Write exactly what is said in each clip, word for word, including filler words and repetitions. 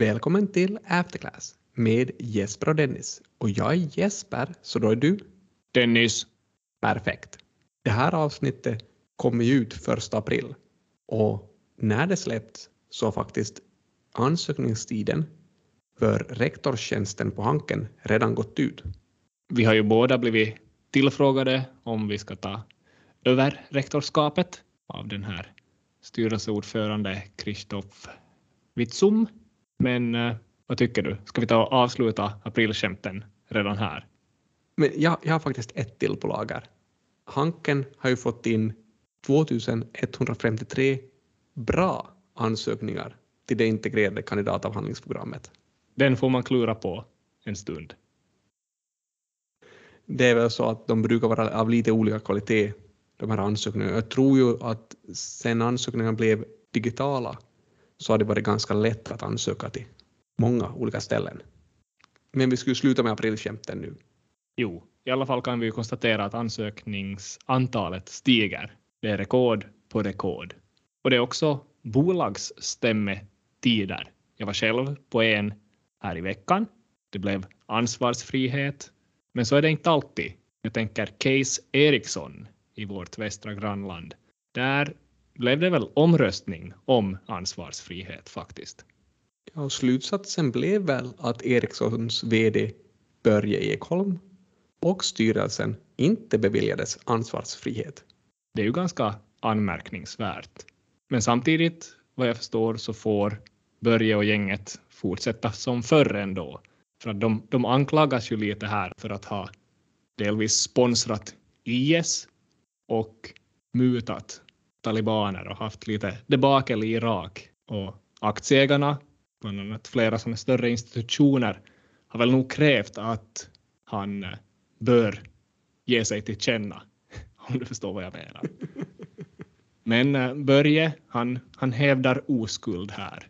Välkommen till Afterclass med Jesper och Dennis. Och jag är Jesper, så då är du? Dennis. Perfekt. Det här avsnittet kommer ju ut första april. Och när det släppts så har faktiskt ansökningstiden för rektorstjänsten på Hanken redan gått ut. Vi har ju båda blivit tillfrågade om vi ska ta över rektorskapet av den här styrelseordförande Kristoff Witsum. Men eh, vad tycker du? Ska vi ta och avsluta aprilskämten redan här? Men jag, jag har faktiskt ett till på lager. Hanken har ju fått in tvåtusenetthundrafemtiotre bra ansökningar till det integrerade kandidatavhandlingsprogrammet. Den får man klura på en stund. Det är väl så att de brukar vara av lite olika kvalitet, de här ansökningarna. Jag tror ju att sen ansökningarna blev digitala så har det varit ganska lätt att ansöka till många olika ställen. Men vi skulle sluta med aprilskämten nu. Jo, i alla fall kan vi ju konstatera att ansökningsantalet stiger. Det är rekord på rekord. Och det är också bolagsstämmetider. Jag var själv på en här i veckan. Det blev ansvarsfrihet. Men så är det inte alltid. Jag tänker Case Ericsson i vårt västra grannland. Där blev det väl omröstning om ansvarsfrihet faktiskt. Ja, och slutsatsen blev väl att Ericssons vd Börje Ekholm och styrelsen inte beviljades ansvarsfrihet. Det är ju ganska anmärkningsvärt. Men samtidigt, vad jag förstår, så får Börje och gänget fortsätta som förr ändå. För att de, de anklagas ju lite här för att ha delvis sponsrat I S och mutat talibaner och haft lite debakel i Irak. Och aktieägarna, bland annat flera sådana större institutioner, har väl nog krävt att han bör ge sig till känna, om du förstår vad jag menar. Men Börje, han, han hävdar oskuld här.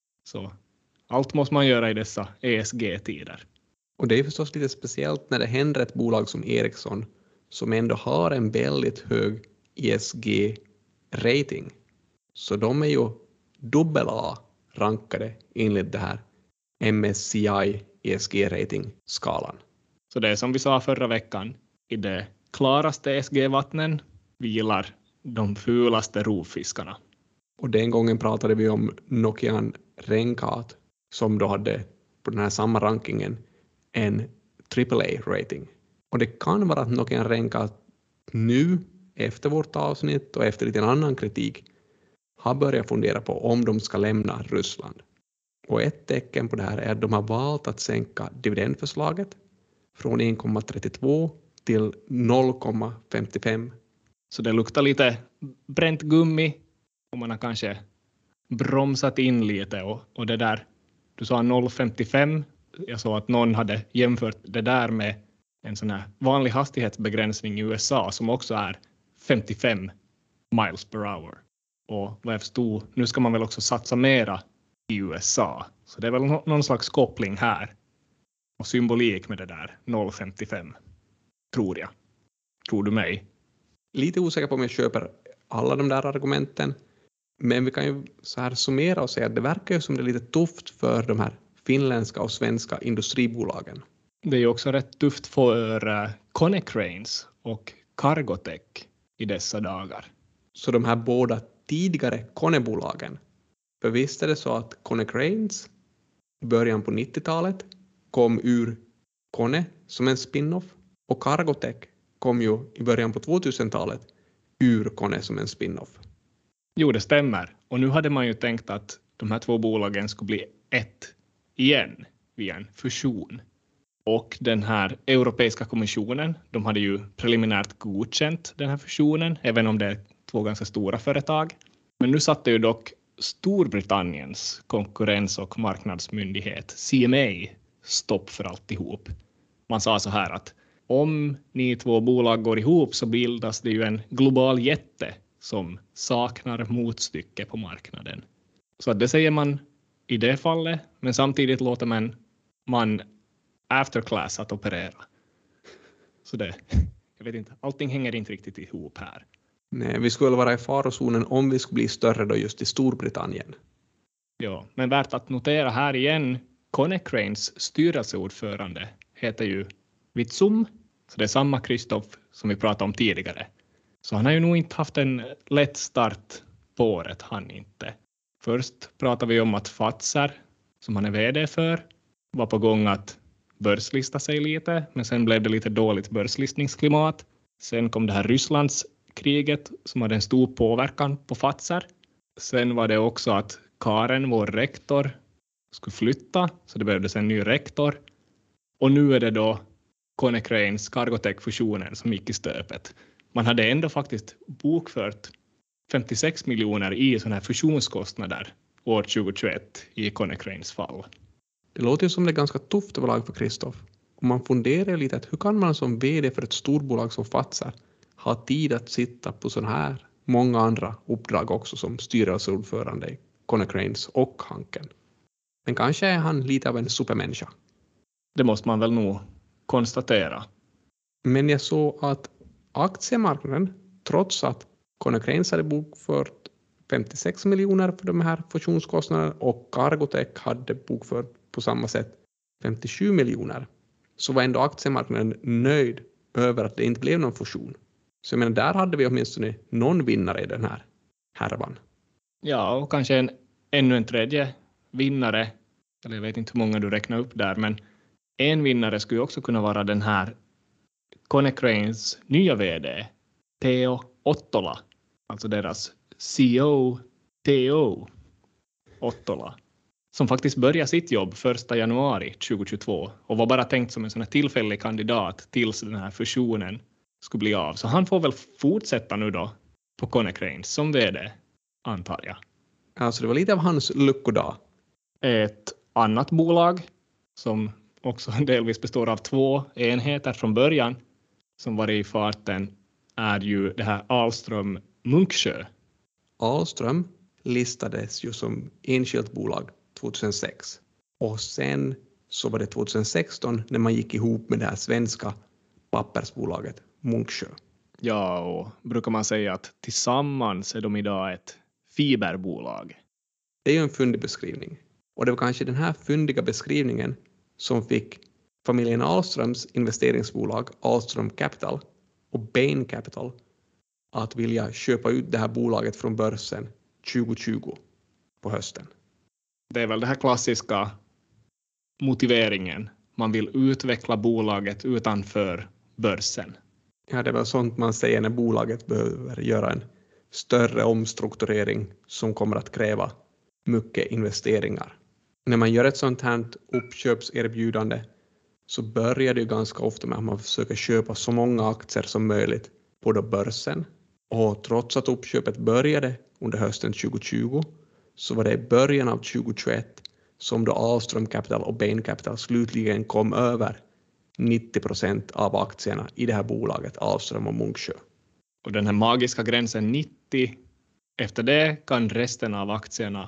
Så allt måste man göra i dessa E S G-tider. Och det är förstås lite speciellt när det händer ett bolag som Ericsson som ändå har en väldigt hög E S G-rating. Så de är ju dubbel A rankade enligt det här M S C I E S G-rating-skalan. Så det är som vi sa förra veckan, i det klaraste E S G-vattnen vilar de fulaste rovfiskarna. Och den gången pratade vi om Nokian Renkaat som då hade på den här samma rankingen en triple A-rating. Och det kan vara att Nokian Renkaat nu efter vårt avsnitt och efter lite annan kritik har börjat fundera på om de ska lämna Ryssland. Och ett tecken på det här är att de har valt att sänka dividendförslaget från en komma trettiotvå till noll komma femtiofem. Så det luktar lite bränt gummi och man har kanske bromsat in lite. Och, och det där, du sa noll komma femtiofem. Jag såg att någon hade jämfört det där med en sån här vanlig hastighetsbegränsning i U S A som också är femtiofem miles per hour. Och vad jag förstod, nu ska man väl också satsa mera i U S A. Så det är väl någon slags koppling här. Och symbolik med det där noll komma femtiofem. Tror jag. Tror du mig? Lite osäker på om jag köper alla de där argumenten. Men vi kan ju så här summera och säga att det verkar ju som det är lite tufft för de här finländska och svenska industribolagen. Det är ju också rätt tufft för uh, Konecranes och Cargotec i dessa dagar. Så de här båda tidigare Kone-bolagen. För visst är det så att Konecranes i början på nittiotalet kom ur Kone som en spin-off. Och Cargotec kom ju i början på tvåtusentalet ur Kone som en spin-off. Jo, det stämmer. Och nu hade man ju tänkt att de här två bolagen skulle bli ett igen via en fusion. Och den här Europeiska kommissionen, de hade ju preliminärt godkänt den här fusionen, även om det är två ganska stora företag. Men nu satte ju dock Storbritanniens konkurrens- och marknadsmyndighet C M A stopp för alltihop. Man sa så här att om ni två bolag går ihop så bildas det ju en global jätte som saknar motstycke på marknaden. Så att det säger man i det fallet, men samtidigt låter man, man Afterclass att operera. Så det, jag vet inte, allting hänger inte riktigt ihop här. Nej, vi skulle vara i farozonen om vi skulle bli större då just i Storbritannien. Ja, men värt att notera här igen, Konecranes styrelseordförande heter ju Vitsum, så det är samma Kristoff som vi pratade om tidigare. Så han har ju nog inte haft en lätt start på året, han inte. Först pratade vi om att Fazer, som han är vd för, var på gång att börslista sig lite, men sen blev det lite dåligt börslistningsklimat. Sen kom det här Rysslandskriget som hade en stor påverkan på Fazer. Sen var det också att Karen, vår rektor, skulle flytta, så det behövdes en ny rektor. Och nu är det då Konecranes Cargotec-fusionen som gick i stöpet. Man hade ändå faktiskt bokfört femtiosex miljoner i sådana här fusionskostnader år tjugohundratjugoett i Konecranes fall. Det låter ju som det är ganska tufft överlag för Kristoff. Och man funderar lite att hur kan man som vd för ett storbolag som Fazer ha tid att sitta på sådana här många andra uppdrag också som styrelseordförande i Konecranes och Hanken. Men kanske är han lite av en supermänniska. Det måste man väl nog konstatera. Men jag såg att aktiemarknaden, trots att Konecranes hade bokfört femtiosex miljoner för de här fusionskostnaderna och Cargotec hade bokfört på samma sätt femtiosju miljoner, så var ändå aktiemarknaden nöjd över att det inte blev någon fusion. Så jag menar, där hade vi åtminstone någon vinnare i den här härvan. Ja, och kanske en, ännu en tredje vinnare, eller jag vet inte hur många du räknar upp där, men en vinnare skulle också kunna vara den här Konecranes nya vd, Teo Ottola, alltså deras C E O, Teo Ottola, som faktiskt började sitt jobb första januari tjugohundratjugotvå och var bara tänkt som en sån här tillfällig kandidat tills den här fusionen skulle bli av. Så han får väl fortsätta nu då på Konecranes som vd, antar jag. Alltså det var lite av hans luckodag. Ett annat bolag som också delvis består av två enheter från början som var i farten är ju det här Ahlström Munksjö. Ahlström listades ju som enskilt bolag tjugohundrasex och sen så var det tjugohundrasexton när man gick ihop med det här svenska pappersbolaget Munksjö. Ja, och brukar man säga att tillsammans är de idag ett fiberbolag. Det är ju en fyndig beskrivning. Och det var kanske den här fyndiga beskrivningen som fick familjen Ahlströms investeringsbolag Ahlström Capital och Bain Capital att vilja köpa ut det här bolaget från börsen tjugohundratjugo på hösten. Det är väl det här klassiska motiveringen. Man vill utveckla bolaget utanför börsen. Ja, det är väl sånt man säger när bolaget behöver göra en större omstrukturering som kommer att kräva mycket investeringar. När man gör ett sånt här uppköpserbjudande så börjar det ju ganska ofta med att man försöker köpa så många aktier som möjligt på då börsen. Och trots att uppköpet började under hösten tjugohundratjugo så var det i början av tjugohundratjugoett som då Ahlström Capital och Bain Capital slutligen kom över nittio procent av aktierna i det här bolaget Ahlström och Munksjö. Och den här magiska gränsen nittio, efter det kan resten av aktierna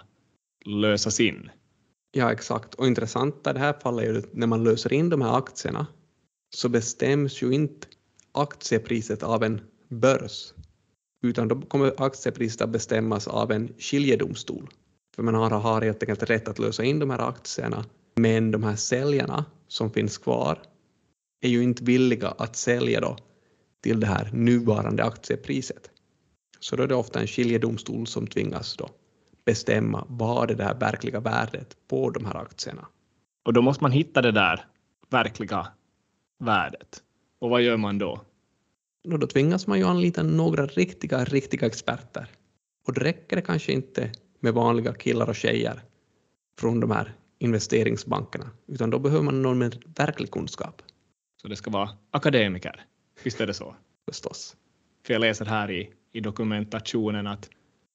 lösas in. Ja, exakt. Och intressant i det här fallet är ju att när man löser in de här aktierna så bestäms ju inte aktiepriset av en börs, utan då kommer aktiepriset att bestämmas av en skiljedomstol. För man har, har helt enkelt rätt att lösa in de här aktierna, men de här säljarna som finns kvar är ju inte villiga att sälja då till det här nuvarande aktiepriset. Så då är det ofta en skiljedomstol som tvingas då bestämma vad är det här verkliga värdet på de här aktierna. Och då måste man hitta det där verkliga värdet. Och vad gör man då? Och då tvingas man ju anlita några riktiga, riktiga experter. Och det räcker det kanske inte med vanliga killar och tjejer från de här investeringsbankerna, utan då behöver man någon med verklig kunskap. Så det ska vara akademiker, visst är det så? Förstås. För jag läser här i, i dokumentationen att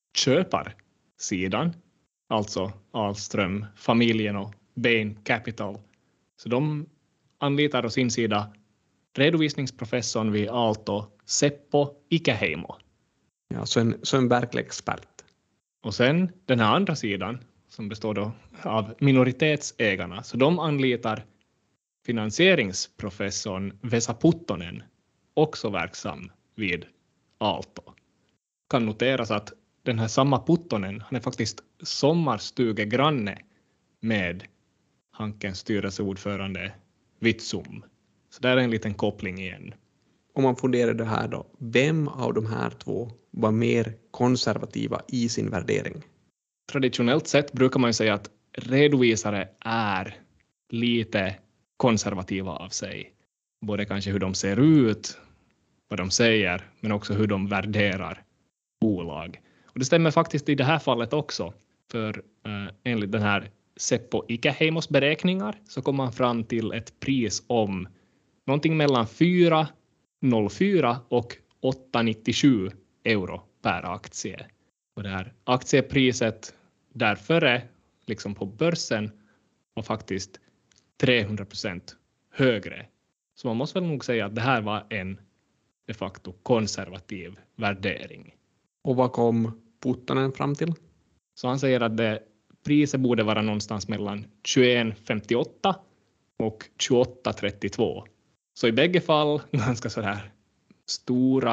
köparsidan, alltså Ahlström, familjen och Bain Capital, så de anlitar å sin sida redovisningsprofessorn vid Aalto, Seppo Ikäheimo. Ja, så en, så en verklig expert. Och sen den här andra sidan som består då av minoritetsägarna, så de anlitar finansieringsprofessorn Vesa Puttonen, också verksam vid Aalto. Kan noteras att den här samma Puttonen, han är faktiskt sommarstugegranne med Hankens styrelseordförande Vitsum. Så där är en liten koppling igen. Om man funderar det här då, vem av de här två var mer konservativa i sin värdering? Traditionellt sett brukar man ju säga att redovisare är lite konservativa av sig. Både kanske hur de ser ut, vad de säger, men också hur de värderar bolag. Och det stämmer faktiskt i det här fallet också. För eh, enligt den här Seppo Ikäheimos beräkningar så kommer man fram till ett pris om någonting mellan fyra komma noll fyra och åtta komma nittiosju euro per aktie. Och det här aktiepriset därför liksom på börsen var faktiskt trehundra procent högre. Så man måste väl nog säga att det här var en de facto konservativ värdering. Och vad kom Puttonen fram till? Så han säger att det, priset borde vara någonstans mellan tjugoett komma femtioåtta och tjugoåtta komma trettiotvå. Så i bägge fall ganska så här stora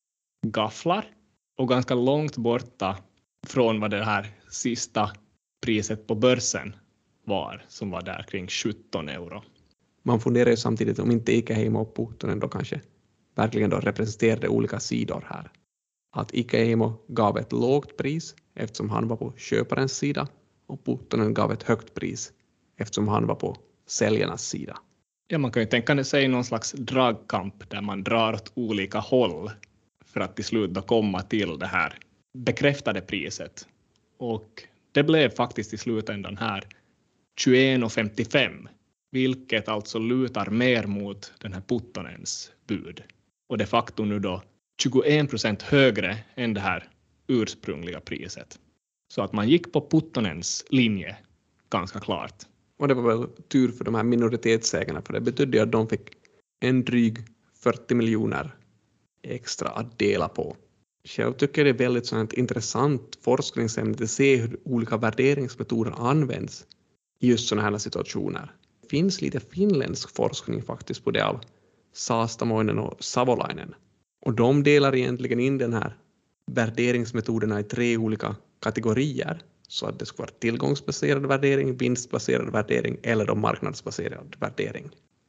gafflar och ganska långt borta från vad det här sista priset på börsen var, som var där kring sjutton euro. Man funderar ju samtidigt om inte Ikäheimo och Puttonen då kanske verkligen då representerade olika sidor här. Att Ikäheimo gav ett lågt pris eftersom han var på köparens sida och Puttonen gav ett högt pris eftersom han var på säljarnas sida. Ja, man kan ju tänka sig någon slags dragkamp där man drar åt olika håll för att till slut då komma till det här bekräftade priset. Och det blev faktiskt i slutändan här tjugoett komma femtiofem, vilket alltså lutar mer mot den här Puttonens bud. Och de facto nu då tjugoen procent högre än det här ursprungliga priset. Så att man gick på Puttonens linje ganska klart. Och det var väl tur för de här minoritetsägarna, för det betydde att de fick en dryg fyrtio miljoner extra att dela på. Själv tycker jag det är väldigt sånt intressant forskningsämne att se hur olika värderingsmetoder används i just sådana här situationer. Det finns lite finländsk forskning faktiskt på det av Saastamoinen och Savolainen. Och de delar egentligen in den här värderingsmetoderna i tre olika kategorier. Så att det ska vara tillgångsbaserad värdering, vinstbaserad värdering eller då marknadsbaserad värdering.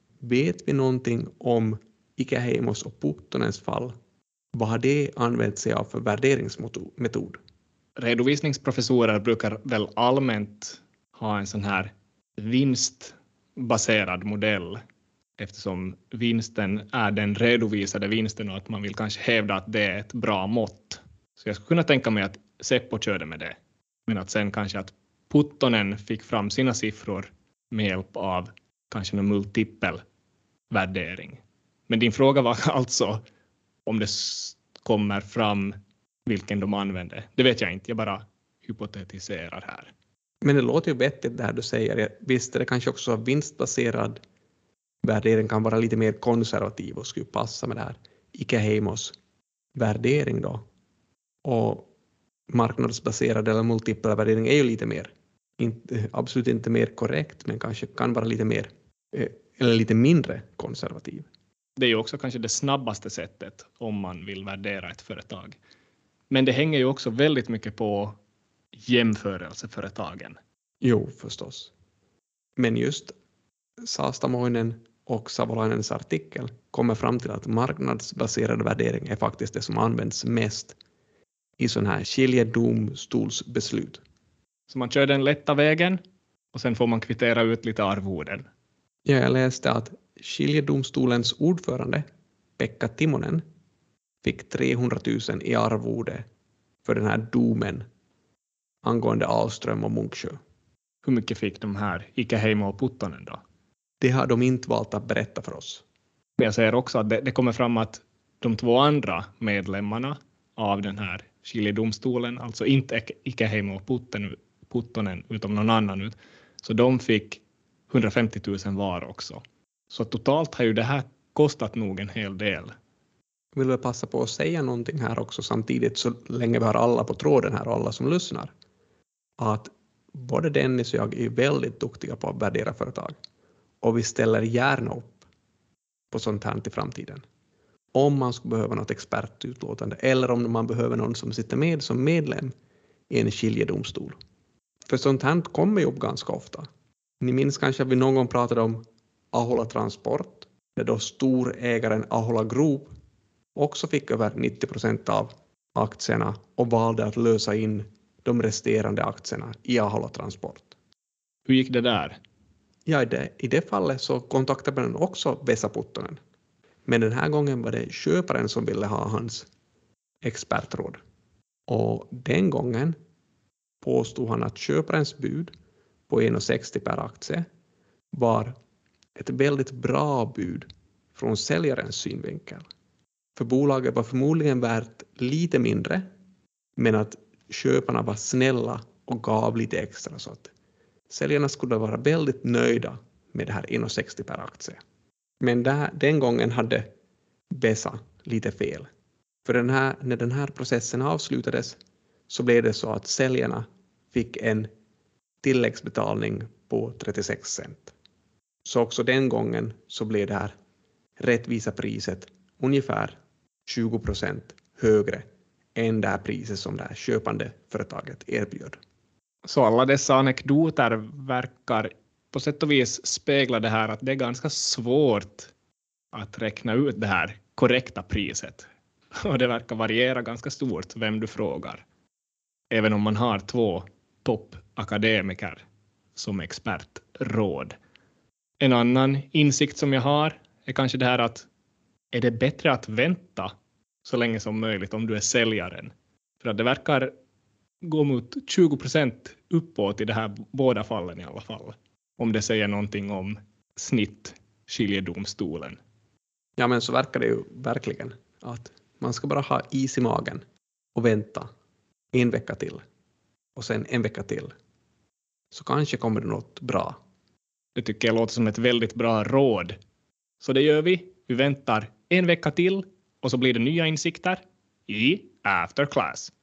Vet vi någonting om Ikäheimos och Puttonens fall? Vad har det använt sig av för värderingsmetod? Redovisningsprofessorer brukar väl allmänt ha en sån här vinstbaserad modell, eftersom vinsten är den redovisade vinsten och att man vill kanske hävda att det är ett bra mått. Så jag skulle kunna tänka mig att Seppo körde med det. Men att sen kanske att Puttonen fick fram sina siffror med hjälp av kanske en multipel värdering. Men din fråga var alltså om det kommer fram vilken de använde. Det vet jag inte, jag bara hypotetiserar här. Men det låter ju vettigt det här du säger. Visst är det kanske också vinstbaserad värdering kan vara lite mer konservativ och skulle passa med det här Ikäheimos värdering då. Och marknadsbaserad eller multipel värdering är ju lite mer, inte, absolut inte mer korrekt, men kanske kan vara lite mer eller lite mindre konservativ. Det är ju också kanske det snabbaste sättet om man vill värdera ett företag. Men det hänger ju också väldigt mycket på jämförelseföretagen. Jo, förstås. Men just Saastamoinen och Savolainens artikel kommer fram till att marknadsbaserad värdering är faktiskt det som används mest i sån här skiljedomstolsbeslut. Så man kör den lätta vägen och sen får man kvittera ut lite arvoden. Ja, jag läste att skiljedomstolens ordförande Pekka Timonen fick trehundratusen i arvode för den här domen angående Ahlström och Munksjö. Hur mycket fick de här Ikäheimo och Puttonen då? Det har de inte valt att berätta för oss. Men jag säger också att det, det kommer fram att de två andra medlemmarna av den här skiljedomstolen, alltså inte Ikäheimo och Puttonen utan någon annan ut, så de fick hundrafemtiotusen var också. Så totalt har ju det här kostat nog en hel del. Jag vill väl passa på att säga någonting här också samtidigt så länge vi har alla på tråden här och alla som lyssnar. Att både Dennis och jag är väldigt duktiga på att värdera företag. Och vi ställer gärna upp på sånt här till framtiden. om man skulle behöva något expertutlåtande eller om man behöver någon som sitter med som medlem i en skiljedomstol. För sånt här kommer ju upp ganska ofta. Ni minns kanske att vi någon gång pratade om Ahola Transport, där då storägaren Ahola Group också fick över nittio procent av aktierna och valde att lösa in de resterande aktierna i Ahola Transport. Hur gick det där? Ja, i det, i det fallet så kontaktade man också Vesa Puttonen. Men den här gången var det köparen som ville ha hans expertråd. Och den gången påstod han att köparens bud på en krona sextio per aktie var ett väldigt bra bud från säljarens synvinkel. För bolaget var förmodligen värt lite mindre, men att köparna var snälla och gav lite extra så att säljarna skulle vara väldigt nöjda med det här en krona sextio per aktie. Men där, den gången hade Vesa lite fel. För den här, när den här processen avslutades så blev det så att säljarna fick en tilläggsbetalning på trettiosex cent. Så också den gången så blev det här rättvisa priset ungefär tjugo procent högre än det här priset som det här köpande företaget erbjöd. Så alla dessa anekdoter verkar på sätt och vis spegla det här att det är ganska svårt att räkna ut det här korrekta priset. Och det verkar variera ganska stort vem du frågar. Även om man har två toppakademiker som expertråd. En annan insikt som jag har är kanske det här att är det bättre att vänta så länge som möjligt om du är säljaren? För att det verkar gå mot tjugo procent uppåt i de här båda fallen i alla fall. Om det säger någonting om snitt skiljedomstolen. Ja, men så verkar det ju verkligen att man ska bara ha is i magen och vänta en vecka till och sen en vecka till. Så kanske kommer det något bra. Det tycker jag låter som ett väldigt bra råd. Så det gör vi. Vi väntar en vecka till och så blir det nya insikter i After Class.